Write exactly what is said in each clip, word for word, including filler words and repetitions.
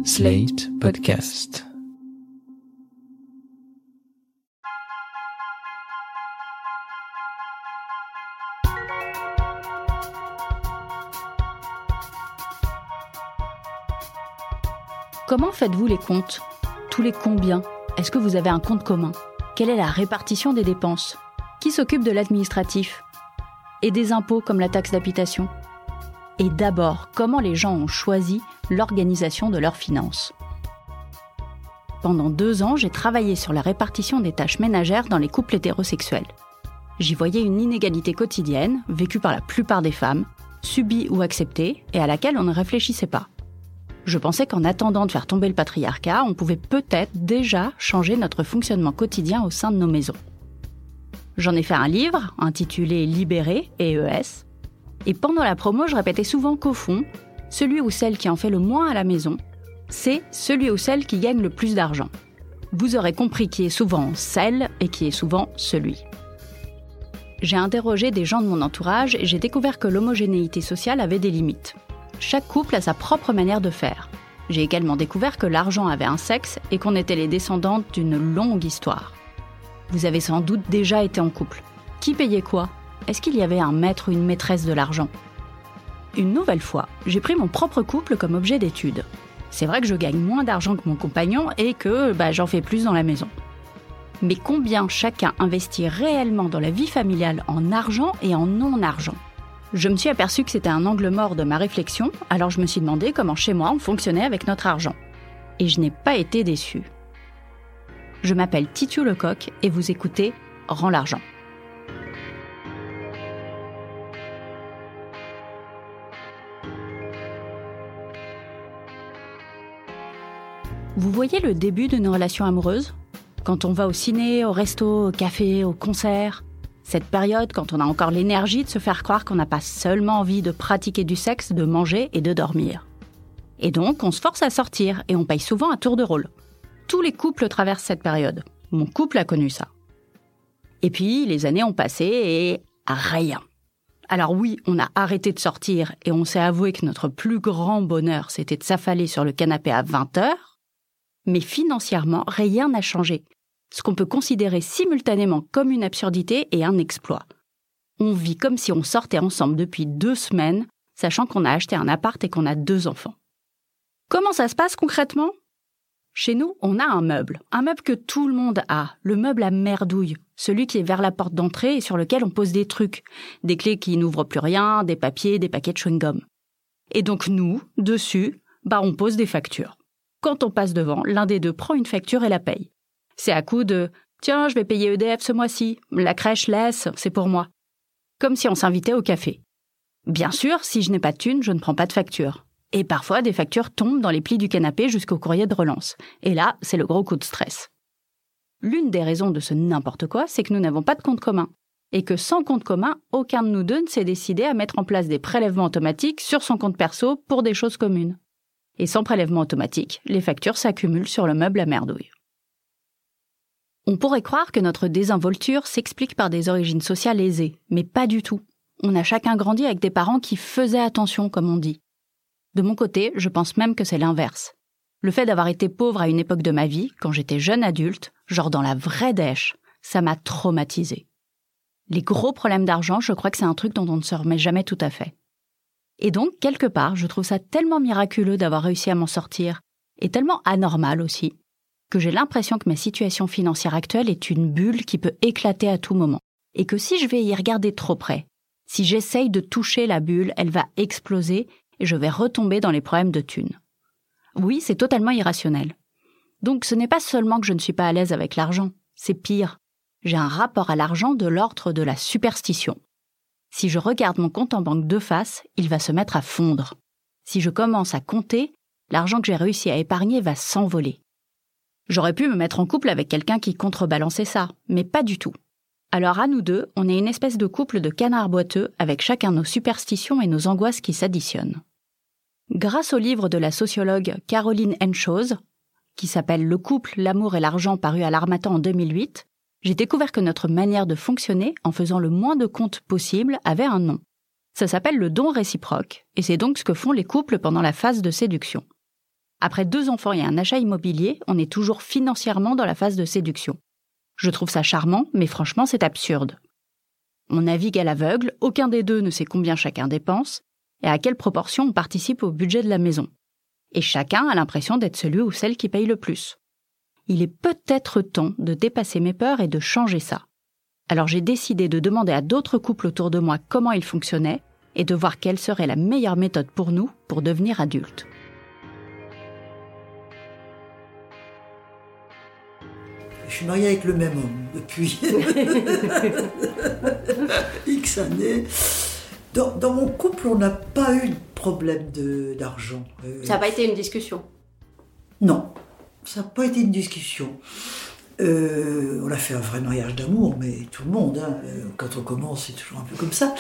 Slate Podcast. Comment faites-vous les comptes ? Tous les combien ? Est-ce que vous avez un compte commun ? Quelle est la répartition des dépenses ? Qui s'occupe de l'administratif ? Et des impôts comme la taxe d'habitation ? Et d'abord, comment les gens ont choisi l'organisation de leurs finances ? Pendant deux ans, j'ai travaillé sur la répartition des tâches ménagères dans les couples hétérosexuels. J'y voyais une inégalité quotidienne, vécue par la plupart des femmes, subie ou acceptée, et à laquelle on ne réfléchissait pas. Je pensais qu'en attendant de faire tomber le patriarcat, on pouvait peut-être déjà changer notre fonctionnement quotidien au sein de nos maisons. J'en ai fait un livre, intitulé « Libéré » et E S. Et pendant la promo, je répétais souvent qu'au fond, celui ou celle qui en fait le moins à la maison, c'est celui ou celle qui gagne le plus d'argent. Vous aurez compris qui est souvent celle et qui est souvent celui. J'ai interrogé des gens de mon entourage et j'ai découvert que l'homogénéité sociale avait des limites. Chaque couple a sa propre manière de faire. J'ai également découvert que l'argent avait un sexe et qu'on était les descendantes d'une longue histoire. Vous avez sans doute déjà été en couple. Qui payait quoi ? Est-ce qu'il y avait un maître ou une maîtresse de l'argent ? Une nouvelle fois, j'ai pris mon propre couple comme objet d'étude. C'est vrai que je gagne moins d'argent que mon compagnon et que bah, j'en fais plus dans la maison. Mais combien chacun investit réellement dans la vie familiale en argent et en non-argent ? Je me suis aperçue que c'était un angle mort de ma réflexion, alors je me suis demandé comment chez moi on fonctionnait avec notre argent. Et je n'ai pas été déçue. Je m'appelle Titiou Lecoq et vous écoutez Rends l'argent. Vous voyez le début d'une relation amoureuse ? Quand on va au ciné, au resto, au café, au concert. Cette période, quand on a encore l'énergie de se faire croire qu'on n'a pas seulement envie de pratiquer du sexe, de manger et de dormir. Et donc, on se force à sortir et on paye souvent à tour de rôle. Tous les couples traversent cette période. Mon couple a connu ça. Et puis, les années ont passé et rien. Alors oui, on a arrêté de sortir et on s'est avoué que notre plus grand bonheur, c'était de s'affaler sur le canapé à vingt heures. Mais financièrement, rien n'a changé. Ce qu'on peut considérer simultanément comme une absurdité et un exploit. On vit comme si on sortait ensemble depuis deux semaines, sachant qu'on a acheté un appart et qu'on a deux enfants. Comment ça se passe concrètement ? Chez nous, on a un meuble, un meuble que tout le monde a, le meuble à merdouille, celui qui est vers la porte d'entrée et sur lequel on pose des trucs, des clés qui n'ouvrent plus rien, des papiers, des paquets de chewing-gum. Et donc nous, dessus, bah on pose des factures. Quand on passe devant, l'un des deux prend une facture et la paye. C'est à coup de « Tiens, je vais payer E D F ce mois-ci, la crèche laisse, c'est pour moi ». Comme si on s'invitait au café. Bien sûr, si je n'ai pas de thune, je ne prends pas de facture. Et parfois, des factures tombent dans les plis du canapé jusqu'au courrier de relance. Et là, c'est le gros coup de stress. L'une des raisons de ce n'importe quoi, c'est que nous n'avons pas de compte commun. Et que sans compte commun, aucun de nous deux ne s'est décidé à mettre en place des prélèvements automatiques sur son compte perso pour des choses communes. Et sans prélèvement automatique, les factures s'accumulent sur le meuble à merdouille. On pourrait croire que notre désinvolture s'explique par des origines sociales aisées, mais pas du tout. On a chacun grandi avec des parents qui faisaient attention, comme on dit. De mon côté, je pense même que c'est l'inverse. Le fait d'avoir été pauvre à une époque de ma vie, quand j'étais jeune adulte, genre dans la vraie dèche, ça m'a traumatisée. Les gros problèmes d'argent, je crois que c'est un truc dont on ne se remet jamais tout à fait. Et donc, quelque part, je trouve ça tellement miraculeux d'avoir réussi à m'en sortir, et tellement anormal aussi, que j'ai l'impression que ma situation financière actuelle est une bulle qui peut éclater à tout moment. Et que si je vais y regarder trop près, si j'essaye de toucher la bulle, elle va exploser et je vais retomber dans les problèmes de thunes. Oui, c'est totalement irrationnel. Donc ce n'est pas seulement que je ne suis pas à l'aise avec l'argent, c'est pire. J'ai un rapport à l'argent de l'ordre de la superstition. Si je regarde mon compte en banque de face, il va se mettre à fondre. Si je commence à compter, l'argent que j'ai réussi à épargner va s'envoler. J'aurais pu me mettre en couple avec quelqu'un qui contrebalançait ça, mais pas du tout. Alors à nous deux, on est une espèce de couple de canards boiteux avec chacun nos superstitions et nos angoisses qui s'additionnent. Grâce au livre de la sociologue Caroline Henshaws, qui s'appelle « Le couple, l'amour et l'argent » paru à l'Harmattan en deux mille huit, j'ai découvert que notre manière de fonctionner, en faisant le moins de comptes possible, avait un nom. Ça s'appelle le don réciproque, et c'est donc ce que font les couples pendant la phase de séduction. Après deux enfants et un achat immobilier, on est toujours financièrement dans la phase de séduction. Je trouve ça charmant, mais franchement, c'est absurde. On navigue à l'aveugle, aucun des deux ne sait combien chacun dépense, et à quelle proportion on participe au budget de la maison. Et chacun a l'impression d'être celui ou celle qui paye le plus. Il est peut-être temps de dépasser mes peurs et de changer ça. Alors j'ai décidé de demander à d'autres couples autour de moi comment ils fonctionnaient et de voir quelle serait la meilleure méthode pour nous pour devenir adultes. Je suis mariée avec le même homme depuis X années. Dans, dans mon couple, on n'a pas eu de problème de, d'argent. Euh, Ça n'a pas été une discussion? Non, ça n'a pas été une discussion. Euh, on a fait un vrai mariage d'amour, mais tout le monde, hein, quand on commence, c'est toujours un peu comme ça.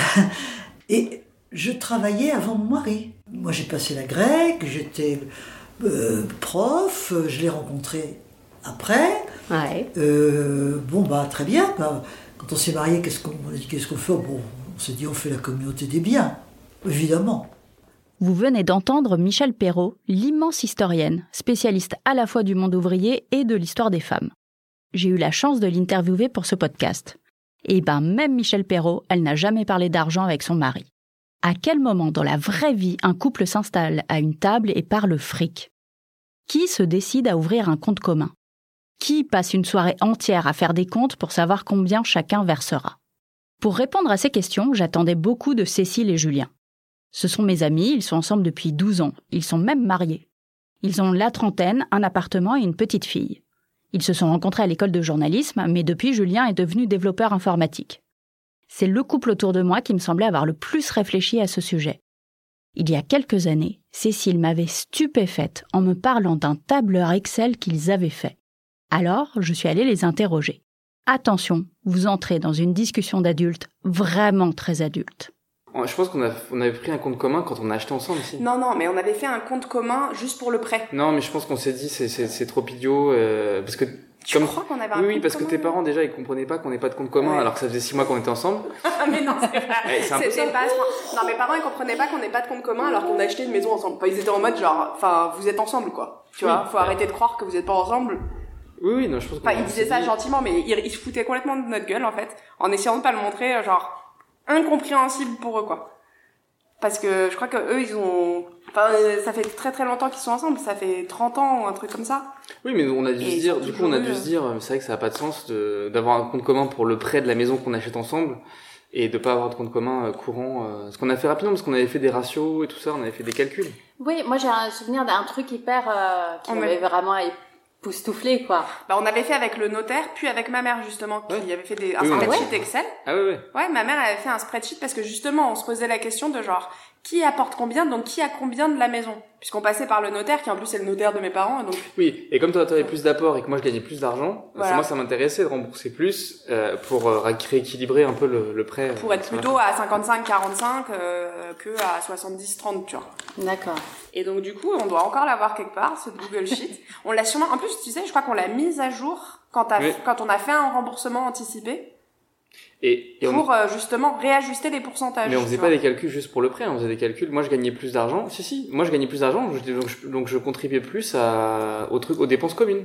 Et je travaillais avant mon mari. Moi, j'ai passé la grecque, j'étais euh, prof, je l'ai rencontré après. Ouais. Euh, bon, bah, très bien. Bah, quand on s'est mariés, qu'est-ce qu'on, on a dit, qu'est-ce qu'on fait? Bon, on s'est dit, on fait la communauté des biens, évidemment. Vous venez d'entendre Michèle Perrault, l'immense historienne, spécialiste à la fois du monde ouvrier et de l'histoire des femmes. J'ai eu la chance de l'interviewer pour ce podcast. Et ben même Michèle Perrault, elle n'a jamais parlé d'argent avec son mari. À quel moment dans la vraie vie un couple s'installe à une table et parle fric? Qui se décide à ouvrir un compte commun? Qui passe une soirée entière à faire des comptes pour savoir combien chacun versera? Pour répondre à ces questions, j'attendais beaucoup de Cécile et Julien. Ce sont mes amis, ils sont ensemble depuis douze ans, ils sont même mariés. Ils ont la trentaine, un appartement et une petite fille. Ils se sont rencontrés à l'école de journalisme, mais depuis, Julien est devenu développeur informatique. C'est le couple autour de moi qui me semblait avoir le plus réfléchi à ce sujet. Il y a quelques années, Cécile m'avait stupéfaite en me parlant d'un tableur Excel qu'ils avaient fait. Alors, je suis allée les interroger. Attention, vous entrez dans une discussion d'adultes vraiment très adulte. Je pense qu'on a, on avait pris un compte commun quand on a acheté ensemble ici. Non, non, mais on avait fait un compte commun juste pour le prêt. Non, mais je pense qu'on s'est dit c'est, c'est, c'est trop idiot, euh, parce que... Tu comme... crois qu'on avait un oui, compte oui, parce commun, que tes parents déjà ils comprenaient pas qu'on n'ait pas de compte commun, ouais. Alors que ça faisait six mois qu'on était ensemble. Mais non, c'est pas. Ouais, c'est un C'était peu pas. Non, mes parents ils comprenaient pas qu'on n'ait pas de compte commun alors qu'on a acheté une maison ensemble. Enfin, ils étaient en mode genre, enfin, vous êtes ensemble quoi. Tu oui, vois, faut ouais. arrêter de croire que vous êtes pas ensemble. Oui, oui, non, je pense. Enfin, ils disaient ça dit... gentiment, mais ils, ils se foutaient complètement de notre gueule en fait, en essayant de pas le montrer, genre incompréhensible pour eux quoi. Parce que je crois que eux ils ont, enfin ça fait très très longtemps qu'ils sont ensemble, ça fait trente ans ou un truc comme ça. Oui, mais on a dû et se dire, du coup on a dû se dire, c'est vrai que ça n'a pas de sens de d'avoir un compte commun pour le prêt de la maison qu'on achète ensemble et de pas avoir de compte commun courant. Ce qu'on a fait rapidement parce qu'on avait fait des ratios et tout ça, on avait fait des calculs. Oui, moi j'ai un souvenir d'un truc hyper euh, qui on m'avait vraiment époustouflé quoi. Bah on avait fait avec le notaire puis avec ma mère justement qui ouais. avait fait des un oui, spreadsheet ouais. Excel. Ah ouais ouais. Ouais, ma mère avait fait un spreadsheet parce que justement on se posait la question de genre qui apporte combien, donc qui a combien de la maison, puisqu'on passait par le notaire qui en plus est le notaire de mes parents donc. Oui, et comme toi tu avais plus d'apports et que moi je gagnais plus d'argent, voilà. Moi ça m'intéressait de rembourser plus euh, pour euh, rééquilibrer un peu le, le prêt. Pour être plutôt à cinquante-cinq quarante-cinq euh, que à soixante-dix trente, tu vois. D'accord. Et donc du coup, on doit encore l'avoir quelque part, ce Google Sheet. On l'a sûrement, en plus tu sais, je crois qu'on l'a mise à jour quand, t'as oui. quand on a fait un remboursement anticipé. Et, et pour on... euh, justement réajuster les pourcentages. Mais on faisait pas vois. des calculs juste pour le prêt, on faisait des calculs. Moi, je gagnais plus d'argent. Si, si. Moi, je gagnais plus d'argent, donc je, donc je contribuais plus à, aux trucs, aux dépenses communes.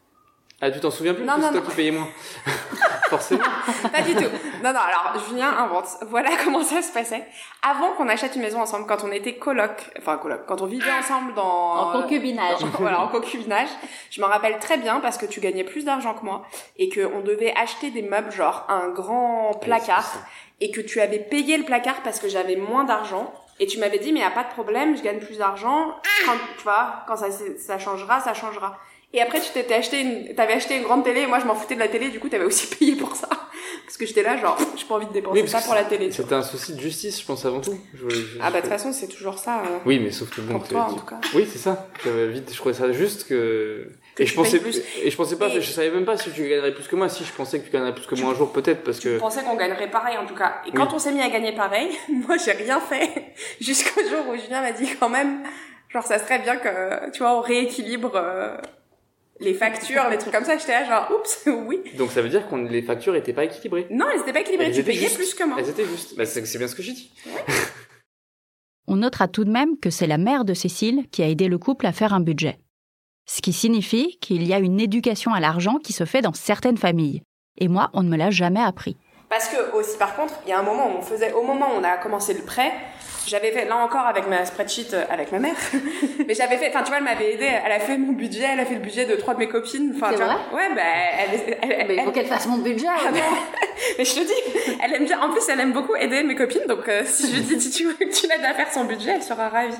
Ah, tu t'en souviens plus? Non, parce non, que c'est non. toi qui payais moins. Forcément. Pas du tout. Non, non, alors, Julien invente. Voilà comment ça se passait. Avant qu'on achète une maison ensemble, quand on était coloc, enfin, coloc, quand on vivait ensemble dans... En concubinage. Dans, voilà, en concubinage. Je m'en rappelle très bien parce que tu gagnais plus d'argent que moi et qu'on devait acheter des meubles, genre un grand placard, et que tu avais payé le placard parce que j'avais moins d'argent. Et tu m'avais dit, mais y a pas de problème, je gagne plus d'argent. Quand, tu vois, quand ça, ça changera, ça changera. Et après, tu t'étais acheté une, t'avais acheté une grande télé, et moi, je m'en foutais de la télé, du coup, t'avais aussi payé pour ça. Parce que j'étais là, genre, j'ai pas envie de dépenser oui, ça pour la télé. C'était un souci de justice, je pense, avant tout. Je, je, ah, bah, de toute façon, c'est toujours ça. Euh, oui, mais sauf que bon, pour toi, en tout cas. Oui, c'est ça. Vite, je trouvais ça juste que, que et je pensais, plus. et je pensais pas, et... je savais même pas si tu gagnerais plus que moi, si je pensais que tu gagnerais plus que moi un jour, peut-être, parce que. Je pensais qu'on gagnerait pareil, en tout cas. Et quand oui. on s'est mis à gagner pareil, moi, j'ai rien fait. Jusqu'au jour où Julien m'a dit quand même, genre, ça serait bien que, tu vois, on rééquilibre, euh, les factures, les trucs comme ça, j'étais là genre, oups, oui. Donc ça veut dire que les factures étaient pas équilibrées? Non, elles étaient pas équilibrées, elles tu payais juste. plus que moi. Elles étaient justes. Bah, c'est, c'est bien ce que j'ai dit. Ouais. on notera tout de même que c'est la mère de Cécile qui a aidé le couple à faire un budget. Ce qui signifie qu'il y a une éducation à l'argent qui se fait dans certaines familles. Et moi, on ne me l'a jamais appris. Parce que aussi, par contre, il y a un moment où on faisait, au moment où on a commencé le prêt, j'avais fait, là encore avec ma spreadsheet, avec ma mère, mais j'avais fait, enfin tu vois, elle m'avait aidé, elle a fait mon budget, elle a fait le budget de trois de mes copines. Enfin, c'est tu vrai vois, ouais, bah, elle, elle, elle mais il faut elle... qu'elle fasse mon budget. Ah, mais... mais je te dis, elle aime bien, en plus elle aime beaucoup aider mes copines, donc euh, si je lui dis, si tu veux que tu l'aides à faire son budget, elle sera ravie.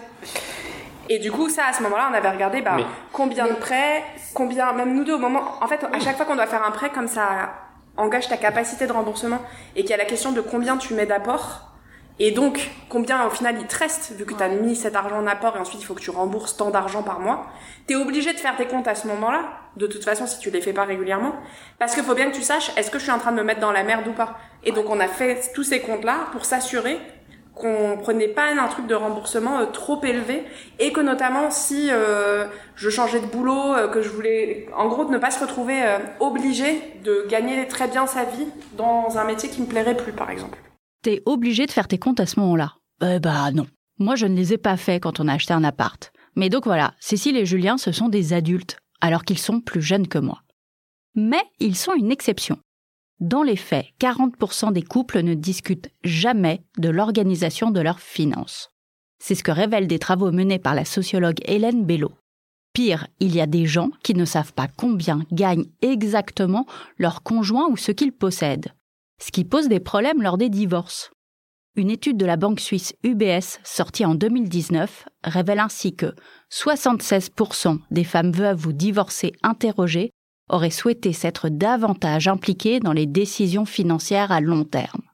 Et du coup, ça, à ce moment-là, on avait regardé, bah, mais... combien de prêts, combien, même nous deux au moment, en fait, à chaque fois qu'on doit faire un prêt, comme ça engage ta capacité de remboursement, et qu'il y a la question de combien tu mets d'apport, et donc, combien au final il te reste, vu que tu as mis cet argent en apport et ensuite il faut que tu rembourses tant d'argent par mois, t'es obligé de faire tes comptes à ce moment-là, de toute façon si tu les fais pas régulièrement, parce qu'il faut bien que tu saches, est-ce que je suis en train de me mettre dans la merde ou pas. Et donc on a fait tous ces comptes-là pour s'assurer qu'on prenait pas un truc de remboursement euh, trop élevé, et que notamment si euh, je changeais de boulot, euh, que je voulais, en gros, de ne pas se retrouver euh, obligé de gagner très bien sa vie dans un métier qui me plairait plus, par exemple. T'es obligé de faire tes comptes à ce moment-là. Euh, bah non. Moi, je ne les ai pas faits quand on a acheté un appart. Mais donc voilà, Cécile et Julien, ce sont des adultes, alors qu'ils sont plus jeunes que moi. Mais ils sont une exception. Dans les faits, quarante pour cent des couples ne discutent jamais de l'organisation de leurs finances. C'est ce que révèlent des travaux menés par la sociologue Hélène Bello. Pire, il y a des gens qui ne savent pas combien gagnent exactement leur conjoint ou ce qu'ils possèdent. Ce qui pose des problèmes lors des divorces. Une étude de la banque suisse U B S sortie en deux mille dix-neuf révèle ainsi que soixante-seize pour cent des femmes veuves ou divorcées interrogées auraient souhaité s'être davantage impliquées dans les décisions financières à long terme.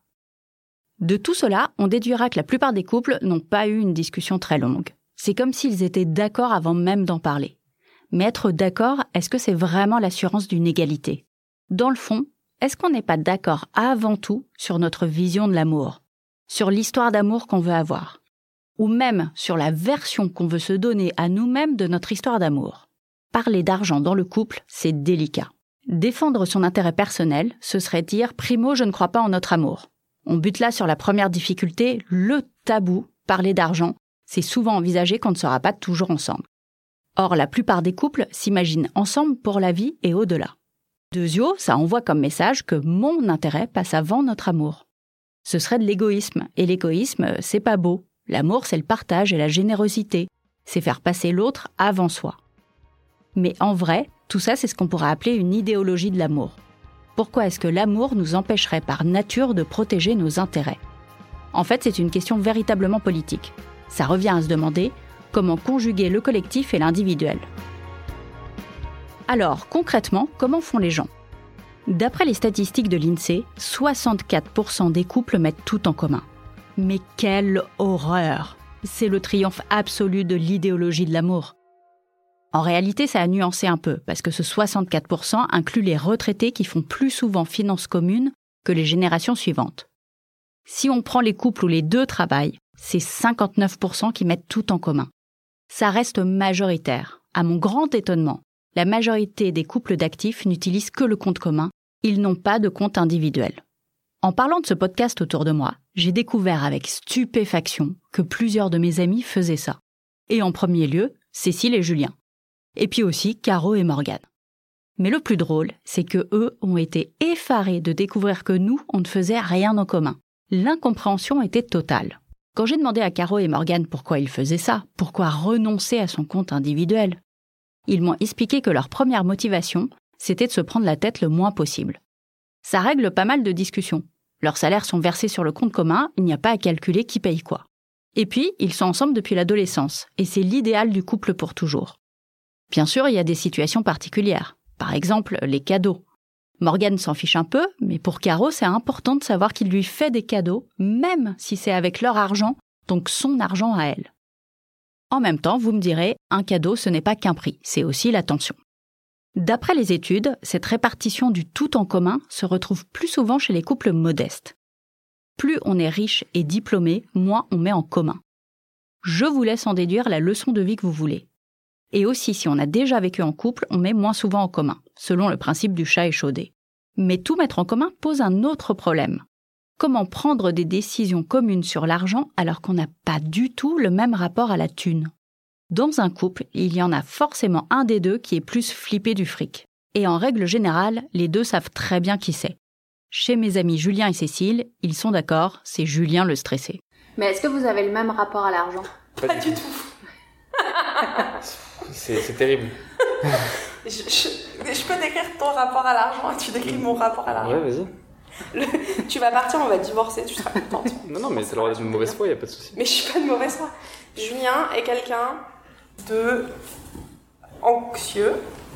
De tout cela, on déduira que la plupart des couples n'ont pas eu une discussion très longue. C'est comme s'ils étaient d'accord avant même d'en parler. Mais être d'accord, est-ce que c'est vraiment l'assurance d'une égalité ? Dans le fond, est-ce qu'on n'est pas d'accord avant tout sur notre vision de l'amour, sur l'histoire d'amour qu'on veut avoir, ou même sur la version qu'on veut se donner à nous-mêmes de notre histoire d'amour ? Parler d'argent dans le couple, c'est délicat. Défendre son intérêt personnel, ce serait dire « primo, je ne crois pas en notre amour ». On bute là sur la première difficulté, le tabou, parler d'argent, c'est souvent envisagé qu'on ne sera pas toujours ensemble. Or, la plupart des couples s'imaginent ensemble pour la vie et au-delà. Deuxio, ça envoie comme message que mon intérêt passe avant notre amour. Ce serait de l'égoïsme, et l'égoïsme, c'est pas beau. L'amour, c'est le partage et la générosité. C'est faire passer l'autre avant soi. Mais en vrai, tout ça, c'est ce qu'on pourrait appeler une idéologie de l'amour. Pourquoi est-ce que l'amour nous empêcherait par nature de protéger nos intérêts ? En fait, c'est une question véritablement politique. Ça revient à se demander comment conjuguer le collectif et l'individuel. Alors, concrètement, comment font les gens ? D'après les statistiques de l'INSEE, soixante-quatre pour cent des couples mettent tout en commun. Mais quelle horreur ! C'est le triomphe absolu de l'idéologie de l'amour. En réalité, ça a nuancé un peu, parce que ce soixante-quatre pour cent inclut les retraités qui font plus souvent finances communes que les générations suivantes. Si on prend les couples où les deux travaillent, c'est cinquante-neuf pour cent qui mettent tout en commun. Ça reste majoritaire. À mon grand étonnement, la majorité des couples d'actifs n'utilisent que le compte commun, ils n'ont pas de compte individuel. En parlant de ce podcast autour de moi, j'ai découvert avec stupéfaction que plusieurs de mes amis faisaient ça. Et en premier lieu, Cécile et Julien. Et puis aussi Caro et Morgane. Mais le plus drôle, c'est que eux ont été effarés de découvrir que nous, on ne faisait rien en commun. L'incompréhension était totale. Quand j'ai demandé à Caro et Morgane pourquoi ils faisaient ça, pourquoi renoncer à son compte individuel, ils m'ont expliqué que leur première motivation, c'était de se prendre la tête le moins possible. Ça règle pas mal de discussions. Leurs salaires sont versés sur le compte commun, il n'y a pas à calculer qui paye quoi. Et puis, ils sont ensemble depuis l'adolescence, et c'est l'idéal du couple pour toujours. Bien sûr, il y a des situations particulières. Par exemple, les cadeaux. Morgane s'en fiche un peu, mais pour Caro, c'est important de savoir qu'il lui fait des cadeaux, même si c'est avec leur argent, donc son argent à elle. En même temps, vous me direz, un cadeau, ce n'est pas qu'un prix, c'est aussi l'attention. D'après les études, cette répartition du tout en commun se retrouve plus souvent chez les couples modestes. Plus on est riche et diplômé, moins on met en commun. Je vous laisse en déduire la leçon de vie que vous voulez. Et aussi, si on a déjà vécu en couple, on met moins souvent en commun, selon le principe du chat échaudé. Mais tout mettre en commun pose un autre problème. Comment prendre des décisions communes sur l'argent alors qu'on n'a pas du tout le même rapport à la thune ? Dans un couple, il y en a forcément un des deux qui est plus flippé du fric. Et en règle générale, les deux savent très bien qui c'est. Chez mes amis Julien et Cécile, ils sont d'accord, c'est Julien le stressé. Mais est-ce que vous avez le même rapport à l'argent ? Pas, pas du tout. c'est, c'est terrible. je, je, je peux décrire ton rapport à l'argent et tu décris mon rapport à l'argent. Ouais, vas-y. Le, tu vas partir, on va divorcer, tu seras contente. Non, non, mais ça leur a une mauvaise foi, y a pas de souci. Mais je suis pas de mauvaise foi. Julien est quelqu'un de anxieux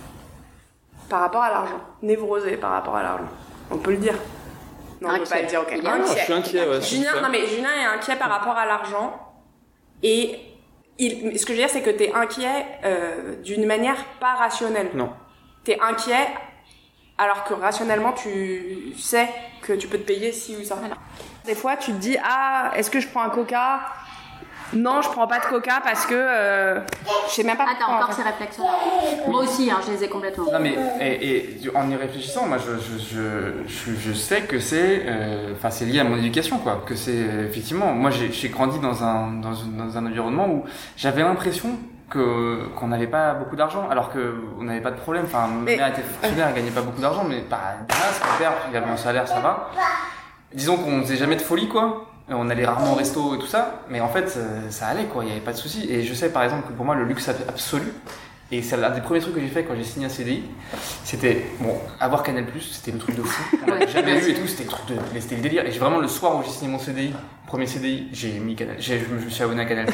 par rapport à l'argent, névrosé par rapport à l'argent. On peut le dire. Non, on peut pas le dire, ok. Inquiet. Non, je suis inquiet, ouais. Julien, non, mais Julien est inquiet par rapport à l'argent. Et il, ce que je veux dire, c'est que t'es inquiet euh, d'une manière pas rationnelle. Non. T'es inquiet alors que rationnellement, tu sais que tu peux te payer ci ou ça. Alors. Des fois, tu te dis, ah, est-ce que je prends un coca ? Non, je prends pas de coca parce que euh, je sais même pas. Ah, t'as encore ces réflexions-là. Moi aussi, hein, je les ai complètement. Non, mais et, et en y réfléchissant, moi, je je je je, je sais que c'est, enfin, euh, c'est lié à mon éducation, quoi. Que c'est effectivement, moi, j'ai j'ai grandi dans un dans, une, dans un environnement où j'avais l'impression que qu'on n'avait pas beaucoup d'argent, alors que on n'avait pas de problème. Enfin, ma mère était fonctionnaire, elle gagnait pas beaucoup d'argent, mais pas grâce. Mon père, il avait un salaire, ça va. Disons qu'on faisait jamais de folie, quoi. On allait rarement au resto et tout ça, mais en fait, ça allait, quoi. Il y avait pas de souci. Et je sais, par exemple, que pour moi, le luxe absolu, et c'est l'un des premiers trucs que j'ai fait quand j'ai signé un C D I, c'était, bon, avoir Canal+, c'était le truc de fou. On l'avait jamais eu et tout, c'était le truc de, c'était le délire. Et j'ai vraiment, le soir où j'ai signé mon C D I, premier C D I, j'ai mis Canal, j'ai, je me suis abonné à Canal+,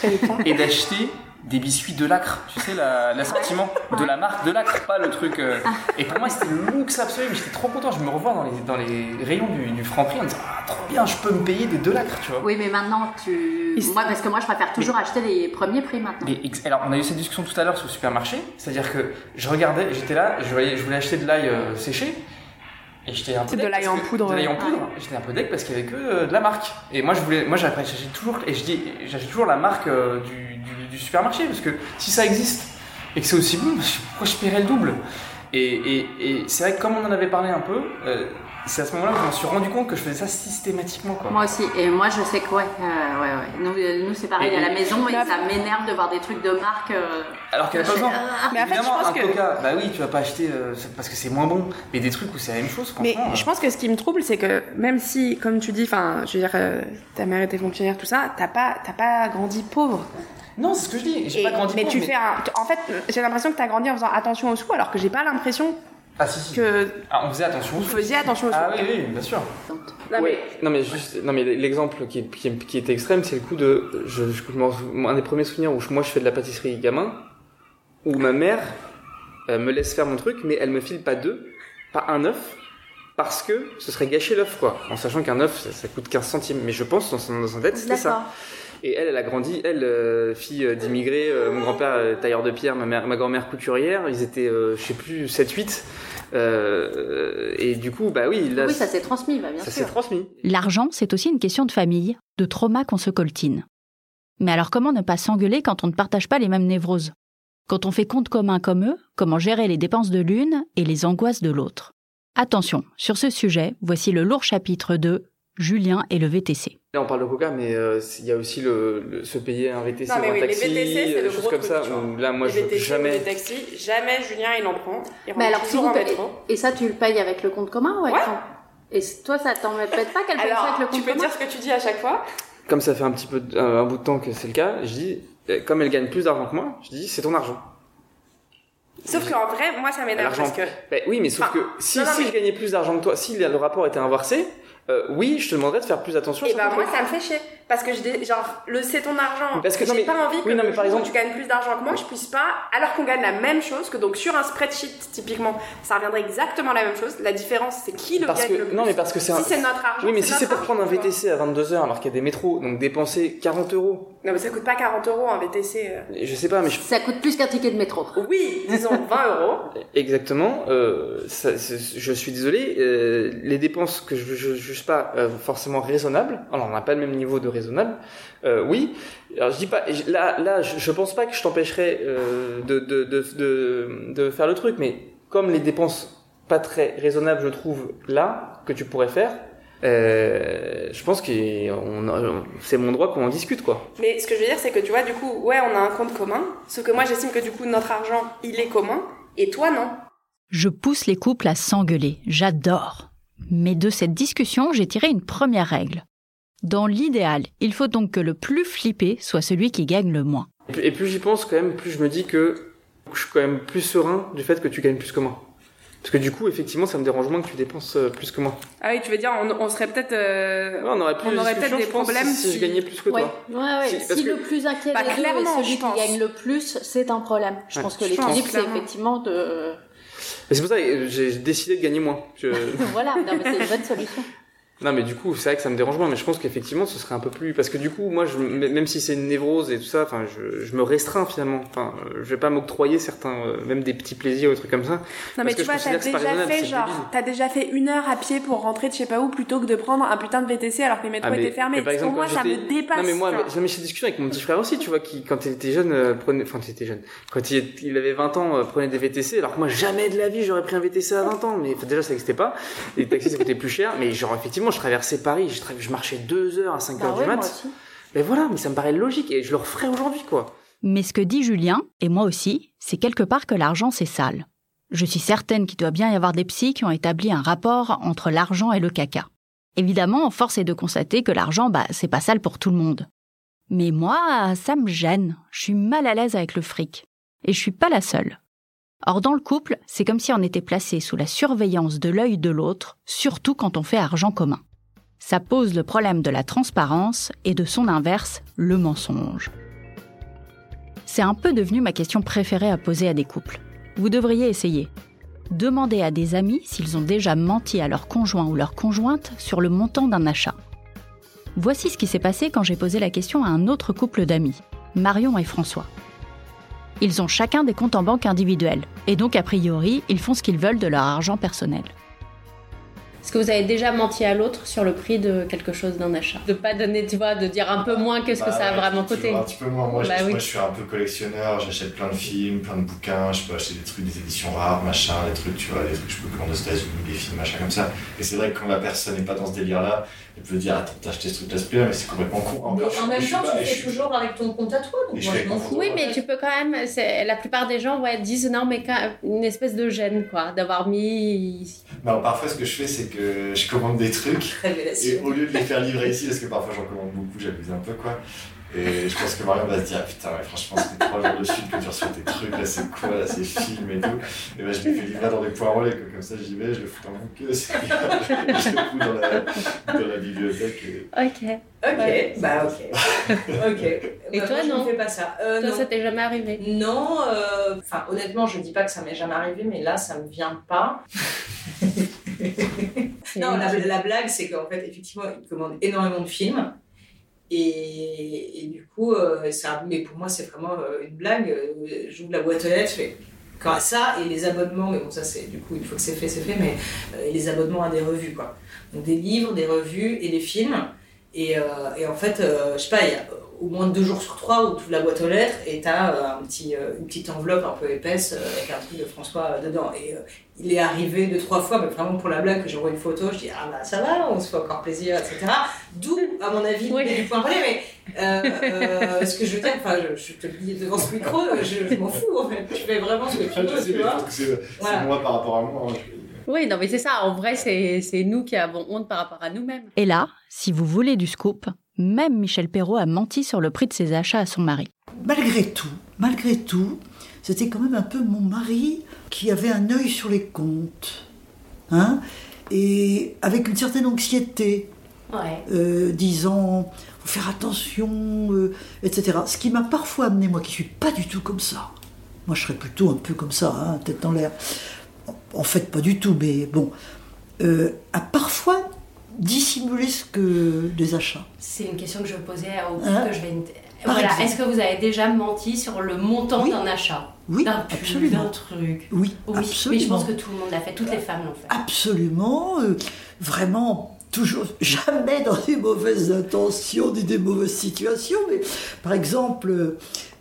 et d'acheter des biscuits de Lacre, tu sais, la, l'assortiment de la marque de Lacre, pas le truc. Euh... Et pour moi, c'était le luxe absolu, mais j'étais trop content. Je me revois dans les, dans les rayons du, du Franprix en me disant, ah, trop bien, je peux me payer des deux Lacre, tu vois. Oui, mais maintenant, tu. Moi, parce que moi, je préfère toujours mais... acheter les premiers prix maintenant. Mais, alors, on a eu cette discussion tout à l'heure sur le supermarché, c'est-à-dire que je regardais, j'étais là, je, voyais, je voulais acheter de l'ail euh, séché. Et j'étais un peu de l'ail en poudre. De l'ail en poudre. Ah. J'étais un peu deck parce qu'il y avait que euh, de la marque. Et moi, je voulais, moi, j'achète toujours, et je dis, j'achète toujours la marque euh, du, du, du supermarché parce que si ça existe et que c'est aussi bon, pourquoi je paierais le double ? Et, et, et c'est vrai que comme on en avait parlé un peu, euh, c'est à ce moment-là que je me suis rendu compte que je faisais ça systématiquement, quoi. Moi aussi. Et moi, je sais que ouais, euh, ouais, ouais. Nous, nous c'est pareil et, à la maison, et ça m'énerve de voir des trucs de marque. Euh, Alors qu'il n'y a pas besoin. Mais en fait, je pense un que Coca, bah oui, tu vas pas acheter euh, parce que c'est moins bon. Mais des trucs où c'est la même chose, franchement. Mais euh... je pense que ce qui me trouble, c'est que même si, comme tu dis, enfin, je veux dire, euh, ta mère était fonctionnaire, tout ça, t'as pas, t'as pas grandi pauvre. Non, c'est ce que je dis. J'ai et, pas grandi mais pauvre. tu mais... fais un. En fait, j'ai l'impression que t'as grandi en faisant attention aux sous, alors que j'ai pas l'impression. Ah si, si. Que ah, on faisait attention aux sous. On faisait attention aux sous. Ah oui, oui, bien sûr. Non, ouais. mais... non mais juste, non mais l'exemple qui, qui, qui était extrême, c'est le coup de, je, je, je, un des premiers souvenirs où je, moi je fais de la pâtisserie gamin, où ma mère euh, me laisse faire mon truc, mais elle me file pas deux, pas un œuf, parce que ce serait gâcher l'œuf, quoi, en sachant qu'un œuf ça, ça coûte quinze centimes. Mais je pense dans son, dans son tête c'était ça. Et elle, elle a grandi, elle, euh, fille d'immigrés, euh, mon grand-père euh, tailleur de pierre, ma, mère, ma grand-mère couturière, ils étaient, euh, je sais plus, sept huit. Euh, et du coup, bah oui. Là, oui, ça s'est transmis, bah, bien ça sûr. s'est transmis. L'argent, c'est aussi une question de famille, de trauma qu'on se coltine. Mais alors comment ne pas s'engueuler quand on ne partage pas les mêmes névroses ? Quand on fait compte commun comme eux, comment gérer les dépenses de l'une et les angoisses de l'autre ? Attention, sur ce sujet, voici le lourd chapitre de Julien et le V T C. Là, on parle de Coca, mais il euh, y a aussi le, le se payer un V T C non, mais ou un oui, taxi, les V T C, c'est le choses gros comme truc, ça. où, là, moi, les je V T C jamais. Les taxis, jamais Julien il en prend. Il mais alors, si vous payez, et ça, tu le payes avec le compte commun ou avec ouais. ton... Et toi, ça t'embête pas qu'elle paye ça avec le compte commun ? Tu peux dire ce que tu dis à chaque fois ? Comme ça fait un petit peu, un, un bout de temps que c'est le cas, je dis, comme elle gagne plus d'argent que moi, je dis, c'est ton argent. Sauf qu'en vrai, moi, ça m'énerve parce que. Bah, oui, mais sauf enfin, que si, non, non, si mais... je gagnais plus d'argent que toi, si le rapport était inversé, euh, oui, je te demanderais de faire plus attention. Et bah moi, ça me fait chier parce que je genre le c'est ton argent. Parce que j'ai non, mais, pas envie que oui, non, mais par exemple, tu gagnes plus d'argent que moi, je puisse pas, alors qu'on gagne la même chose, que donc sur un spreadsheet typiquement, ça reviendrait exactement la même chose. La différence, c'est qui le parce gagne que, le plus. Non, mais parce que c'est un... si c'est notre argent. Oui, mais c'est si c'est pour argent, prendre un V T C à vingt-deux heures alors qu'il y a des métros, donc dépenser quarante euros. Non, mais ça coûte pas quarante euros un V T C. Euh... Je sais pas, mais je... ça coûte plus qu'un ticket de métro. Oui, disons vingt euros. Exactement. Euh, ça, je suis désolé. Euh, les dépenses que je, je juge pas euh, forcément raisonnables. Alors, on n'a pas le même niveau de raisonnable. Euh, oui. Alors, je dis pas. Là, là, je, je pense pas que je t'empêcherais euh, de, de, de, de, de faire le truc, mais comme les dépenses pas très raisonnables, je trouve là que tu pourrais faire. Euh, je pense que on a, c'est mon droit qu'on en discute, quoi. Mais ce que je veux dire, c'est que tu vois, du coup, ouais, on a un compte commun, sauf que moi, j'estime que du coup, notre argent, il est commun, et toi, non. Je pousse les couples à s'engueuler, j'adore. Mais de cette discussion, j'ai tiré une première règle. Dans l'idéal, il faut donc que le plus flippé soit celui qui gagne le moins. Et plus j'y pense quand même, plus je me dis que je suis quand même plus serein du fait que tu gagnes plus que moi. Parce que du coup, effectivement, ça me dérange moins que tu dépenses plus que moi. Ah oui, tu veux dire, on, on serait peut-être... Euh, ouais, on aurait, plus on aurait peut-être des problèmes si, si je gagnais plus que ouais. toi. Ouais, ouais. Si, si que... le plus inquiet bah, des deux est celui qui gagne le plus, c'est un problème. Je ouais. pense que l'équilibre, c'est effectivement de... Et c'est pour ça que j'ai décidé de gagner moins. Je... voilà, non, mais c'est une bonne solution. Non, mais du coup, c'est vrai que ça me dérange moins, mais je pense qu'effectivement, ce serait un peu plus, parce que du coup, moi, je, même si c'est une névrose et tout ça, enfin, je, je me restreins finalement. Enfin, je vais pas m'octroyer certains, euh, même des petits plaisirs ou des trucs comme ça. Non, mais tu vois, t'as déjà fait genre, débile. T'as déjà fait une heure à pied pour rentrer de je sais pas où plutôt que de prendre un putain de V T C alors que les métros ah, mais, étaient fermés. Par exemple, pour moi, ça me dépasse. Non, mais moi, j'ai cette discussion avec mon petit frère aussi, tu vois, qui, quand il était jeune, euh, prenait, enfin, il était jeune, quand il, il avait vingt ans, euh, prenait des V T C, alors que moi, jamais de la vie, j'aurais pris un V T C à vingt ans, mais déjà, ça n'existait pas. Les taxis, ça coûtait plus cher, mais genre, effectivement, je traversais Paris. Je, tra- je marchais deux heures à cinq heures bah du ouais, mat. Mais voilà, mais ça me paraît logique et je le referai aujourd'hui, quoi. Mais ce que dit Julien, et moi aussi, c'est quelque part que l'argent, c'est sale. Je suis certaine qu'il doit bien y avoir des psys qui ont établi un rapport entre l'argent et le caca. Évidemment, force est de constater que l'argent, bah, c'est pas sale pour tout le monde. Mais moi, ça me gêne. Je suis mal à l'aise avec le fric. Et je suis pas la seule. Or, dans le couple, c'est comme si on était placé sous la surveillance de l'œil de l'autre, surtout quand on fait argent commun. Ça pose le problème de la transparence et de son inverse, le mensonge. C'est un peu devenu ma question préférée à poser à des couples. Vous devriez essayer. Demandez à des amis s'ils ont déjà menti à leur conjoint ou leur conjointe sur le montant d'un achat. Voici ce qui s'est passé quand j'ai posé la question à un autre couple d'amis, Marion et François. Ils ont chacun des comptes en banque individuels, et donc a priori, ils font ce qu'ils veulent de leur argent personnel. Est-ce que vous avez déjà menti à l'autre sur le prix de quelque chose d'un achat ? De pas donner, tu vois, de dire un peu moins que ce bah, que ça a vraiment coûté. Un petit peu moins. Moi, bah, je, oui. moi, je suis un peu collectionneur. J'achète plein de films, plein de bouquins. Je peux acheter des trucs, des éditions rares, machin, des trucs, tu vois, des trucs que je peux commander aux États-Unis, des films, machin comme ça. Et c'est vrai que quand la personne n'est pas dans ce délire-là, elle peut dire attends, t'as acheté ce truc-là, ce prix-là, mais c'est complètement con. Encore, mais en même temps, tu le fais suis... toujours avec ton compte à toi, donc moi je m'en fous. Oui, mais tu peux quand même. C'est, la plupart des gens ouais, disent non, mais quand, une espèce de gêne, quoi, d'avoir mis. Non, parfois, ce que je fais, c'est que je commande des trucs et au lieu de les faire livrer ici, parce que parfois j'en commande beaucoup, j'abuse un peu, quoi. Et je pense que Marion va se dire, putain, ouais, franchement, c'était trois jours de suite que tu reçois tes trucs, là, c'est quoi, là, c'est film et tout. Et ben, je les fais livrer dans des points relais, comme ça, j'y vais, je le fous dans mon queue, je, je le fous dans la, dans la bibliothèque. Et... Ok. Ok, ouais. bah ok. Ok. Et bah, toi, moi, non ? Je ne fais pas ça. Euh, toi, non. ça t'est jamais arrivé ? Non, enfin, euh, honnêtement, je ne dis pas que ça m'est jamais arrivé, mais là, ça ne me vient pas. Non, la, la blague, c'est qu'en fait, effectivement, ils commandent énormément de films. Et, et du coup, euh, ça, mais pour moi, c'est vraiment euh, une blague. Euh, j'ouvre la boîte aux lettres, je fais quand ça et les abonnements, mais bon, ça, c'est du coup, une fois que c'est fait, c'est fait, mais euh, les abonnements à des revues, quoi. Donc des livres, des revues et des films. Et, euh, et en fait, euh, je sais pas, il y a au moins deux jours sur trois où tu ouvres la boîte aux lettres et t'as euh, un petit, euh, une petite enveloppe un peu épaisse euh, avec un truc de François euh, dedans. Et euh, il est arrivé deux, trois fois, mais vraiment pour la blague, que j'envoie une photo, je dis ah bah ça va, on se fait encore plaisir, et cetera. D'où, à mon avis, oui. du point relais, mais euh, euh, ce que je veux dire, enfin, je, je te le dis devant ce micro, je, je m'en fous en fait. Je fais vraiment ce que tu veux, tu vois. C'est, voilà. C'est moi par rapport à moi. Hein, je... Oui, non, mais c'est ça. En vrai, c'est, c'est nous qui avons honte par rapport à nous-mêmes. Et là, si vous voulez du scoop, même Michel Perrault a menti sur le prix de ses achats à son mari. Malgré tout, malgré tout, c'était quand même un peu mon mari qui avait un œil sur les comptes, hein, et avec une certaine anxiété, ouais. euh, disant faut faire attention, euh, et cetera. Ce qui m'a parfois amené, moi qui suis pas du tout comme ça, moi je serais plutôt un peu comme ça, hein, tête dans l'air. En fait, pas du tout, mais bon, euh, à parfois dissimuler ce que des achats. C'est une question que je posais au coup hein? que je vais. Voilà. Est-ce que vous avez déjà menti sur le montant oui. d'un achat ? Oui, d'un pull, absolument. D'un truc. Oui, oui, absolument. Mais je pense que tout le monde l'a fait, toutes les femmes l'ont fait. Absolument, euh, vraiment, toujours, jamais dans des mauvaises intentions ni des mauvaises situations, mais par exemple,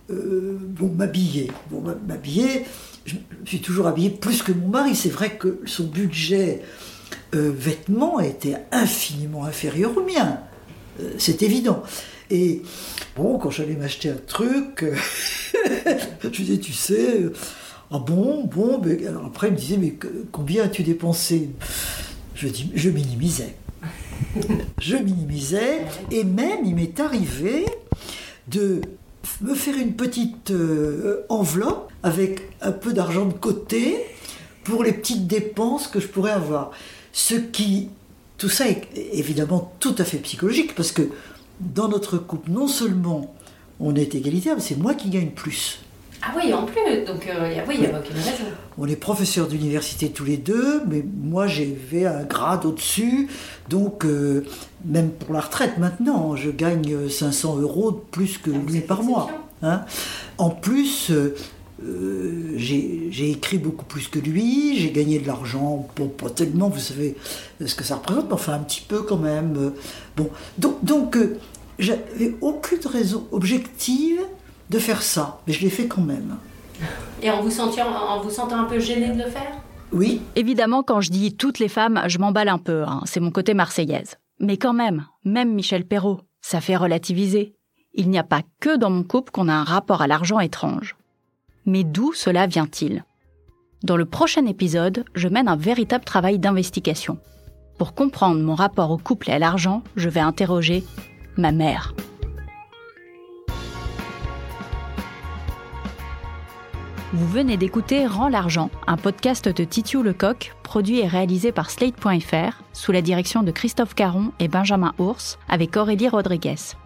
euh, bon, m'habiller. Bon, m'habiller, je me suis toujours habillée plus que mon mari. C'est vrai que son budget euh, vêtements était infiniment inférieur au mien. Euh, c'est évident. Et bon, quand j'allais m'acheter un truc, euh, je disais, tu sais, euh, ah bon, bon, mais alors après il me disait, mais que, combien as-tu dépensé ? Je dis, je minimisais. Je minimisais, et même il m'est arrivé de me faire une petite euh, enveloppe avec un peu d'argent de côté pour les petites dépenses que je pourrais avoir. Ce qui, tout ça est évidemment tout à fait psychologique, parce que dans notre couple, non seulement on est égalitaire, mais c'est moi qui gagne plus. Ah oui, en plus, donc euh, oui, il n'y a aucune raison. On est professeurs d'université tous les deux, mais moi j'avais un grade au-dessus, donc euh, même pour la retraite maintenant, je gagne cinq cents euros de plus que lui par mois. Hein. En plus, euh, euh, j'ai, j'ai écrit beaucoup plus que lui, j'ai gagné de l'argent, bon, pas tellement, vous savez ce que ça représente, mais enfin un petit peu quand même. Bon, donc, donc euh, j'avais aucune raison objective de faire ça, mais je l'ai fait quand même. Et en vous sentant, en vous sentant un peu gênée de le faire ? Oui. Évidemment, quand je dis toutes les femmes, je m'emballe un peu, hein, c'est mon côté marseillaise. Mais quand même, même Michel Perrault, ça fait relativiser. Il n'y a pas que dans mon couple qu'on a un rapport à l'argent étrange. Mais d'où cela vient-il ? Dans le prochain épisode, je mène un véritable travail d'investigation. Pour comprendre mon rapport au couple et à l'argent, je vais interroger ma mère. Vous venez d'écouter Rends l'argent, un podcast de Titiou Lecoq, produit et réalisé par Slate point F R, sous la direction de Christophe Caron et Benjamin Ours, avec Aurélie Rodriguez.